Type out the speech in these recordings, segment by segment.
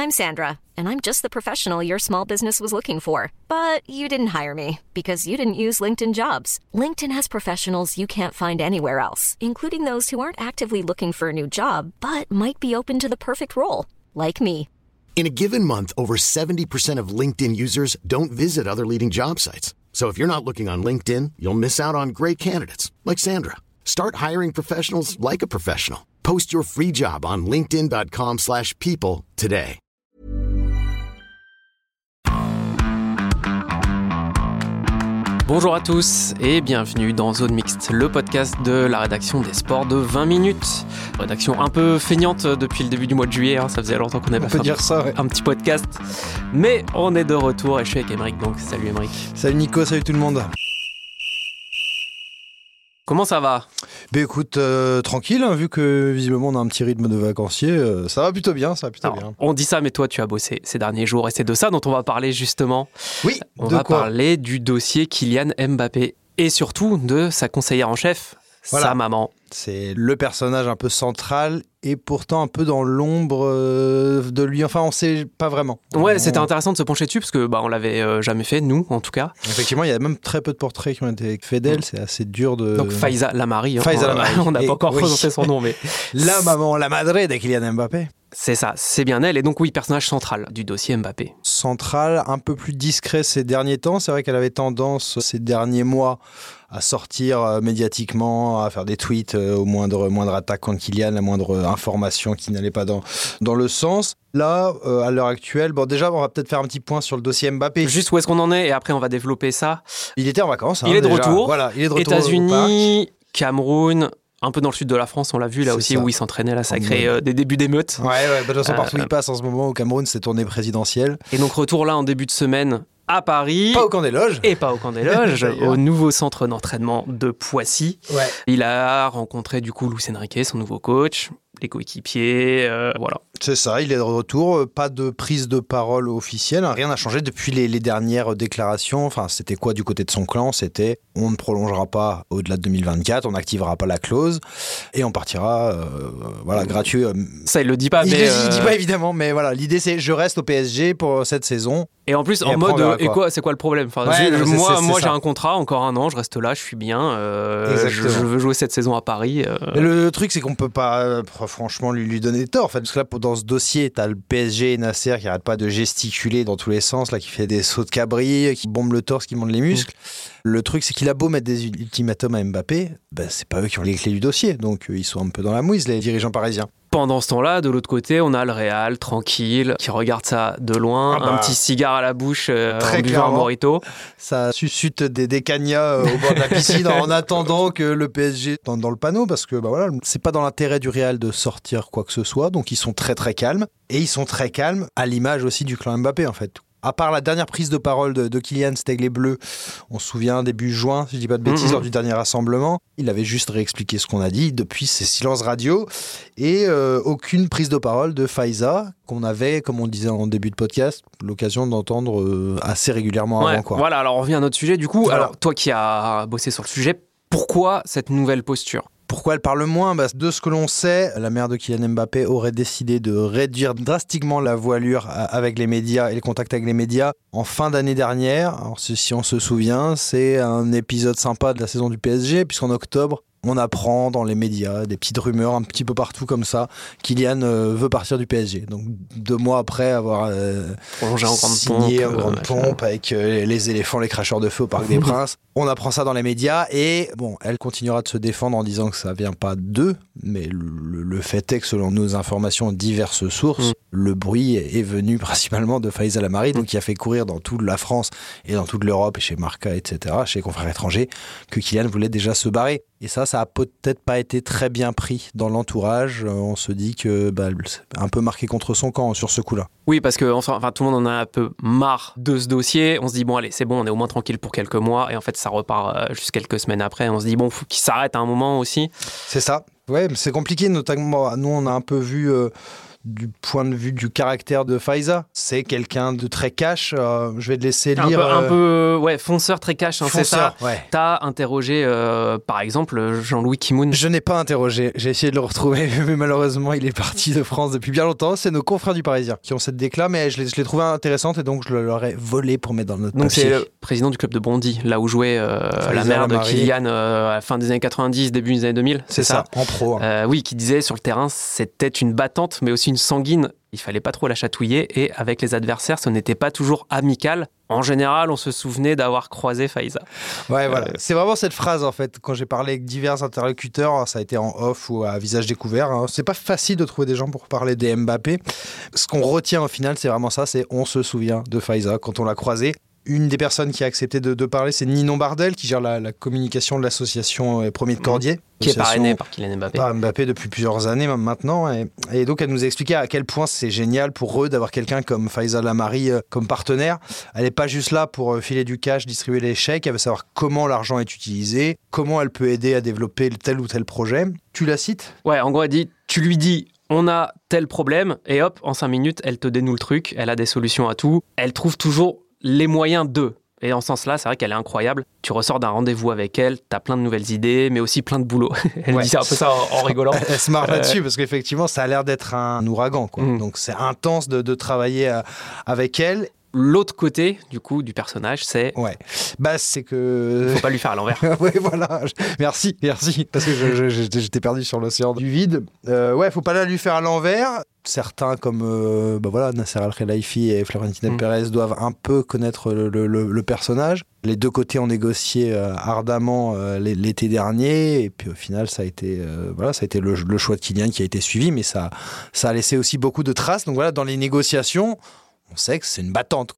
I'm Sandra, and I'm just the professional your small business was looking for. But you didn't hire me because you didn't use LinkedIn Jobs. LinkedIn has professionals you can't find anywhere else, including those who aren't actively looking for a new job, but might be open to the perfect role, like me. In a given month, over 70% of LinkedIn users don't visit other leading job sites. So if you're not looking on LinkedIn, you'll miss out on great candidates like Sandra. Start hiring professionals like a professional. Post your free job on linkedin.com/people today. Bonjour à tous et bienvenue dans Zone Mixte, le podcast de la rédaction des sports de 20 minutes. Rédaction un peu feignante depuis le début du mois de juillet, ça faisait longtemps qu'on n'avait pas fait un petit podcast. Mais on est de retour et je suis avec Aymeric, donc salut Aymeric. Salut Nico, salut tout le monde. Comment ça va ? Ben écoute, tranquille, vu que visiblement on a un petit rythme de vacancier, ça va plutôt bien, bien. On dit ça, mais toi tu as bossé ces derniers jours et c'est de ça dont on va parler justement. Oui, on va parler du dossier Kylian Mbappé et surtout de sa conseillère en chef, sa maman. C'est le personnage un peu central et pourtant un peu dans l'ombre de lui. Enfin, on sait pas vraiment. Ouais, c'était intéressant de se pencher dessus parce que on l'avait jamais fait, nous, en tout cas. Effectivement, il y a même très peu de portraits qui ont été faits d'elle. C'est assez dur de... Donc, Faiza Lamari. On n'a pas encore prononcé son nom, mais... La maman, la madre de Kylian Mbappé. C'est ça, c'est bien elle. Et donc, oui, personnage central du dossier Mbappé. Central, un peu plus discret ces derniers temps. C'est vrai qu'elle avait tendance, ces derniers mois, à sortir médiatiquement, à faire des tweets au moindre attaque contre Kylian, la moindre information qui n'allait pas dans le sens. Là, à l'heure actuelle, déjà, on va peut-être faire un petit point sur le dossier Mbappé. Juste où est-ce qu'on en est et après on va développer ça. Il était en vacances. Il est de déjà. retour. Voilà, il est de retour. États-Unis, Cameroun, un peu dans le sud de la France, on l'a vu là aussi, où il s'entraînait. Là, ça a créé des débuts d'émeutes. Ouais, de toute façon, partout où il passe en ce moment, au Cameroun, c'est tournée présidentielle. Et donc, retour là en début de semaine à Paris. Pas au Camp des Loges. Et pas au Camp des Loges, au nouveau centre d'entraînement de Poissy. Ouais. Il a rencontré du coup Luis Enrique, son nouveau coach, les coéquipiers, voilà. C'est ça, il est de retour, pas de prise de parole officielle, rien n'a changé depuis les dernières déclarations. Enfin, c'était quoi du côté de son clan ? C'était on ne prolongera pas au-delà de 2024, on n'activera pas la clause et on partira gratuit. Ça, il le dit pas, il le dit pas évidemment, mais voilà, l'idée c'est je reste au PSG pour cette saison. Et en plus, en mode, c'est quoi le problème ? Enfin, moi j'ai un contrat, encore un an, je reste là, je suis bien, je veux jouer cette saison à Paris. Mais le truc, c'est qu'on peut pas franchement lui donner tort, en fait, parce que là, dans ce dossier, t'as le PSG et Nasser qui arrête pas de gesticuler dans tous les sens, là, qui fait des sauts de cabri, qui bombe le torse, qui monte les muscles. Le truc, c'est qu'il a beau mettre des ultimatums à Mbappé, c'est pas eux qui ont les clés du dossier, donc ils sont un peu dans la mouise, les dirigeants parisiens. Pendant ce temps-là, de l'autre côté, on a le Real, tranquille, qui regarde ça de loin, un petit cigare à la bouche, en buvant un mojito. Ça suscite des cagnas au bord de la piscine en attendant que le PSG dans le panneau, parce que c'est pas dans l'intérêt du Real de sortir quoi que ce soit, donc ils sont très très calmes. Et ils sont très calmes à l'image aussi du clan Mbappé, en fait. À part la dernière prise de parole de Kylian, c'était avec les Bleus, on se souvient début juin, si je dis pas de bêtises, lors du dernier rassemblement, il avait juste réexpliqué ce qu'on a dit, depuis c'est silence radio, et aucune prise de parole de Faiza, qu'on avait, comme on disait en début de podcast, l'occasion d'entendre assez régulièrement avant. Quoi. Voilà, alors on revient à notre sujet du coup. Voilà. Alors toi qui as bossé sur le sujet, pourquoi cette nouvelle posture ? Pourquoi elle parle moins ? De ce que l'on sait, la mère de Kylian Mbappé aurait décidé de réduire drastiquement la voilure avec les médias et le contact avec les médias en fin d'année dernière. Alors, si on se souvient, c'est un épisode sympa de la saison du PSG, puisqu'en octobre, on apprend dans les médias des petites rumeurs un petit peu partout comme ça. Kylian veut partir du PSG. Donc 2 mois après avoir signé en grande pompe avec les éléphants, les cracheurs de feu au Parc des Princes, on apprend ça dans les médias et elle continuera de se défendre en disant que ça vient pas d'eux, mais le fait est que selon nos informations, diverses sources, le bruit est venu principalement de Faiza Lamari, donc qui a fait courir dans toute la France et dans toute l'Europe et chez Marca, etc., chez les confrères étrangers, que Kylian voulait déjà se barrer. Et ça a peut-être pas été très bien pris dans l'entourage. On se dit que c'est un peu marqué contre son camp sur ce coup-là. Oui, parce que tout le monde en a un peu marre de ce dossier. On se dit, allez, c'est bon, on est au moins tranquille pour quelques mois. Et en fait, ça repart juste quelques semaines après. On se dit, faut qu'il s'arrête à un moment aussi. C'est ça. Ouais, mais c'est compliqué, notamment. Nous, on a un peu vu du point de vue du caractère de Faiza. C'est quelqu'un de très cash. Je vais te laisser lire. Un peu fonceur, très cash, hein, fonceur, c'est ça. Ouais. T'as interrogé, par exemple, Jean-Louis Kimoun. Je n'ai pas interrogé. J'ai essayé de le retrouver, mais malheureusement, il est parti de France depuis bien longtemps. C'est nos confrères du Parisien qui ont cette déclat, mais je l'ai trouvé intéressante et donc je leur ai volé pour mettre dans notre Donc papier. c'est le président du club de Bondy, là où jouait la mère de Kylian à la fin des années 90, début des années 2000. C'est ça, en pro. Oui, qui disait sur le terrain, c'était une battante, mais aussi une sanguine. Il fallait pas trop la chatouiller et avec les adversaires, ce n'était pas toujours amical. En général, on se souvenait d'avoir croisé Faiza. Ouais, voilà. C'est vraiment cette phrase, en fait. Quand j'ai parlé avec divers interlocuteurs, ça a été en off ou à visage découvert. C'est pas facile de trouver des gens pour parler des Mbappé. Ce qu'on retient au final, c'est vraiment ça, c'est on se souvient de Faiza quand on l'a croisé. Une des personnes qui a accepté de parler, c'est Ninon Bardel, qui gère la communication de l'association Premier de Cordier. Qui est parrainée par Kylian Mbappé. Par Mbappé depuis plusieurs années maintenant. Et donc, elle nous a expliqué à quel point c'est génial pour eux d'avoir quelqu'un comme Faiza Lamari comme partenaire. Elle n'est pas juste là pour filer du cash, distribuer les chèques. Elle veut savoir comment l'argent est utilisé, comment elle peut aider à développer tel ou tel projet. Tu la cites ? Ouais, en gros, elle dit, tu lui dis... On a tel problème, et hop, en 5 minutes, elle te dénoue le truc, elle a des solutions à tout, elle trouve toujours les moyens d'eux. Et en ce sens-là, c'est vrai qu'elle est incroyable. Tu ressors d'un rendez-vous avec elle, t'as plein de nouvelles idées, mais aussi plein de boulot. Elle dit ça un peu ça en rigolant. Elle se marre là-dessus, parce qu'effectivement, ça a l'air d'être un ouragan, quoi. Donc c'est intense de travailler avec elle. L'autre côté, du coup, du personnage, c'est... Ouais. Bah, c'est que... Faut pas lui faire à l'envers. Ouais, voilà. Merci. Parce que j'étais perdu sur l'océan du vide. Faut pas la lui faire à l'envers. Certains, comme Nasser Al-Khelaifi et Florentino Pérez, doivent un peu connaître le personnage. Les deux côtés ont négocié ardemment l'été dernier. Et puis, au final, ça a été le choix de Kylian qui a été suivi. Mais ça a laissé aussi beaucoup de traces. Donc, voilà, dans les négociations... On sait que c'est une battante.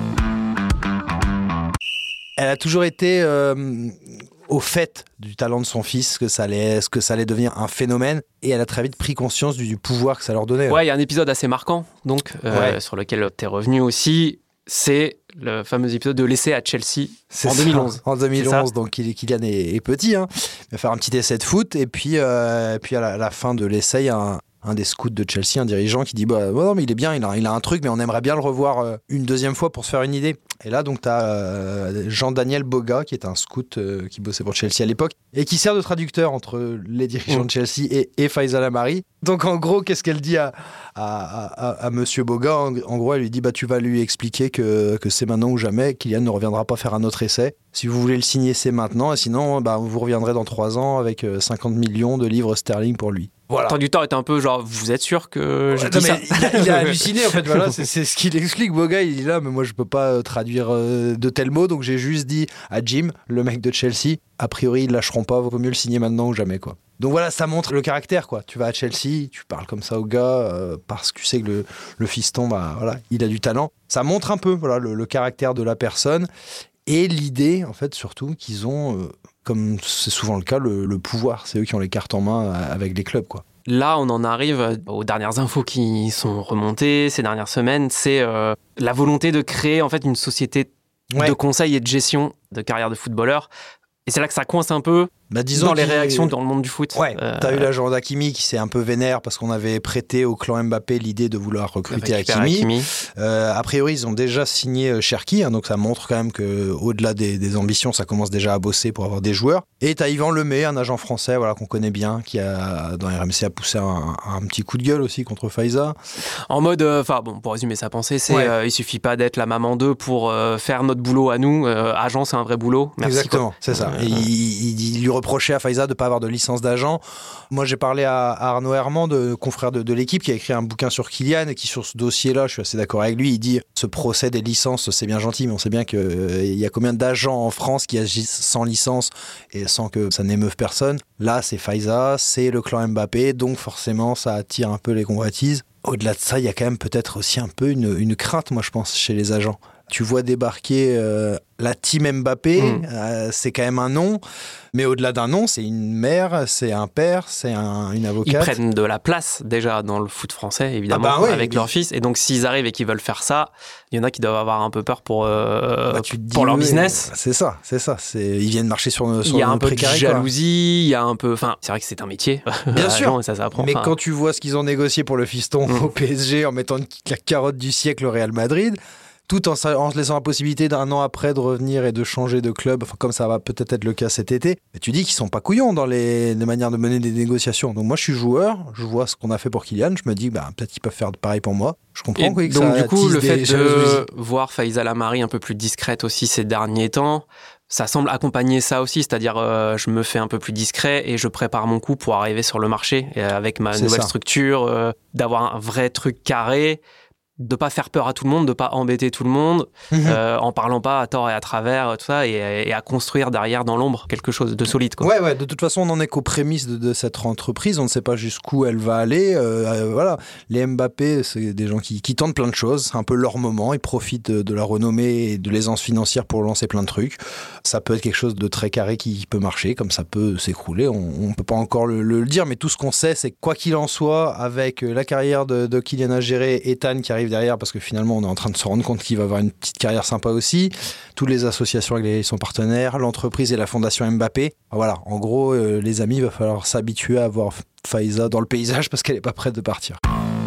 Elle a toujours été au fait du talent de son fils, que ça allait devenir un phénomène. Et elle a très vite pris conscience du pouvoir que ça leur donnait. Ouais, il y a un épisode assez marquant, donc, sur lequel tu es revenu aussi. C'est le fameux épisode de l'essai à Chelsea en 2011. En 2011, donc Kylian est petit. Hein. Il va faire un petit essai de foot. Et puis à la fin de l'essai, il y a un des scouts de Chelsea, un dirigeant qui dit non mais il est bien, il a un truc, mais on aimerait bien le revoir une deuxième fois pour se faire une idée. Et là donc tu as Jean-Daniel Boga qui est un scout qui bossait pour Chelsea à l'époque et qui sert de traducteur entre les dirigeants de Chelsea et Faiza Lamari. Donc en gros, qu'est-ce qu'elle dit à Monsieur Boga? En gros, elle lui dit tu vas lui expliquer que c'est maintenant ou jamais. Kylian ne reviendra pas faire un autre essai. Si vous voulez le signer, c'est maintenant, et sinon vous reviendrez dans 3 ans avec 50 millions de livres sterling pour lui. Voilà. Le traducteur est un peu genre, vous êtes sûr que j'ai dit ça? Il a halluciné en fait, voilà, c'est ce qu'il explique. Boga, il dit là, mais moi je peux pas traduire de tels mots, donc j'ai juste dit à Jim, le mec de Chelsea, a priori ils lâcheront pas, vaut mieux le signer maintenant ou jamais, quoi. Donc voilà, ça montre le caractère, quoi. Tu vas à Chelsea, tu parles comme ça au gars parce que tu sais que le fiston, il a du talent. Ça montre un peu, le caractère de la personne et l'idée, en fait, surtout qu'ils ont. Comme c'est souvent le cas, le pouvoir. C'est eux qui ont les cartes en main avec les clubs, quoi. Là, on en arrive aux dernières infos qui sont remontées ces dernières semaines. C'est la volonté de créer en fait une société de conseil et de gestion de carrière de footballeur. Et c'est là que ça coince un peu dans les réactions dans le monde du foot. Ouais, t'as eu l'agent d'Hakimi qui s'est un peu vénère parce qu'on avait prêté au clan Mbappé l'idée de vouloir recruter Hakimi. A priori, ils ont déjà signé Cherki, donc ça montre quand même qu'au-delà des ambitions, ça commence déjà à bosser pour avoir des joueurs. Et t'as Yvan Lemay, un agent français qu'on connaît bien, qui dans RMC a poussé un petit coup de gueule aussi contre Faiza. En mode, pour résumer sa pensée, c'est il suffit pas d'être la maman d'eux pour faire notre boulot à nous. Agent, c'est un vrai boulot. Merci. Exactement, c'est ça. Et il lui reprochait à Faiza de ne pas avoir de licence d'agent. Moi, j'ai parlé à Arnaud Herman, confrère de l'équipe, qui a écrit un bouquin sur Kylian et qui, sur ce dossier-là, je suis assez d'accord avec lui, il dit ce procès des licences, c'est bien gentil, mais on sait bien qu'il y a combien d'agents en France qui agissent sans licence et sans que ça n'émeuve personne. Là, c'est Faiza, c'est le clan Mbappé, donc forcément, ça attire un peu les convoitises. Au-delà de ça, il y a quand même peut-être aussi un peu une crainte, moi, je pense, chez les agents. Tu vois débarquer la team Mbappé, c'est quand même un nom. Mais au-delà d'un nom, c'est une mère, c'est un père, c'est une avocate. Ils prennent de la place déjà dans le foot français, évidemment, avec leur fils. Et donc, s'ils arrivent et qu'ils veulent faire ça, il y en a qui doivent avoir un peu peur pour leur business. C'est ça. Ils viennent marcher sur le Il y a un peu de précaré, jalousie, il y a un peu... Enfin, c'est vrai que c'est un métier. Bien sûr, ça s'apprend. Mais quand tu vois ce qu'ils ont négocié pour le fiston au PSG en mettant la carotte du siècle au Real Madrid... tout en se laissant la possibilité d'un an après de revenir et de changer de club, comme ça va peut-être être le cas cet été. Et tu dis qu'ils sont pas couillons dans les manières de mener des négociations. Donc moi, je suis joueur, je vois ce qu'on a fait pour Kylian, je me dis peut-être qu'ils peuvent faire pareil pour moi. Je comprends que donc ça du coup, le fait jalousies. de voir Faiza Lamari un peu plus discrète aussi ces derniers temps, ça semble accompagner ça aussi, c'est-à-dire je me fais un peu plus discret et je prépare mon coup pour arriver sur le marché avec ma nouvelle structure, d'avoir un vrai truc carré, de pas faire peur à tout le monde, de pas embêter tout le monde, en parlant pas à tort et à travers, tout ça, et à construire derrière dans l'ombre quelque chose de solide, quoi. Ouais, de toute façon, on n'en est qu'aux prémices de cette entreprise, on ne sait pas jusqu'où elle va aller. Voilà, les Mbappé, c'est des gens qui tentent plein de choses, c'est un peu leur moment, ils profitent de la renommée et de l'aisance financière pour lancer plein de trucs. Ça peut être quelque chose de très carré qui peut marcher, comme ça peut s'écrouler, on peut pas encore le dire, mais tout ce qu'on sait, c'est que quoi qu'il en soit, avec la carrière de Kylian à gérer, Ethan qui arrive derrière, parce que finalement on est en train de se rendre compte qu'il va avoir une petite carrière sympa aussi, toutes les associations avec son partenaire, l'entreprise et la fondation Mbappé. Voilà, en gros, les amis, il va falloir s'habituer à voir Faiza dans le paysage parce qu'elle est pas prête de partir.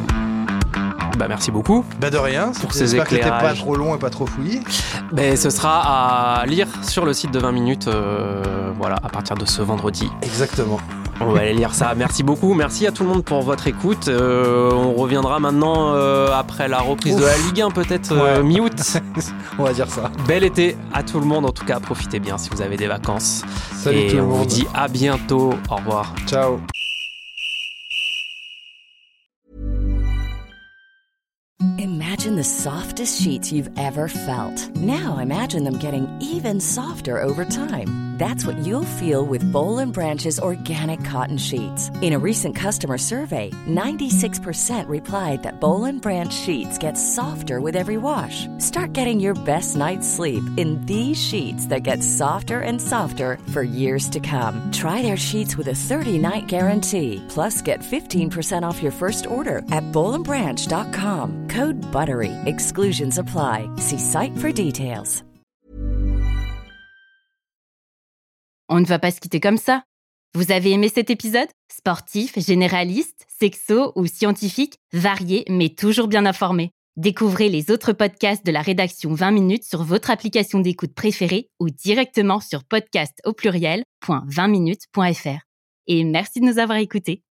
Merci beaucoup. De rien. Pour ces éclairages. J'espère que t'es pas trop long et pas trop fouillis. Ce sera à lire sur le site de 20 minutes, à partir de ce vendredi. Exactement. On va aller lire ça. Merci beaucoup. Merci à tout le monde pour votre écoute. On reviendra maintenant après la reprise de la Ligue 1, peut-être mi-août. On va dire ça. Bel été à tout le monde. En tout cas, profitez bien si vous avez des vacances. Salut tout le monde. On vous dit à bientôt. Au revoir. Ciao. Imagine the softest sheets you've ever felt. Now imagine them getting even softer over time. That's what you'll feel with Boll & Branch's organic cotton sheets. In a recent customer survey, 96% replied that Boll & Branch sheets get softer with every wash. Start getting your best night's sleep in these sheets that get softer and softer for years to come. Try their sheets with a 30-night guarantee. Plus, get 15% off your first order at bollandbranch.com. Code BUTTERY. Exclusions apply. See site for details. On ne va pas se quitter comme ça. Vous avez aimé cet épisode ? Sportif, généraliste, sexo ou scientifique, varié mais toujours bien informé. Découvrez les autres podcasts de la rédaction 20 minutes sur votre application d'écoute préférée ou directement sur podcast@20minutes.fr. Et merci de nous avoir écoutés.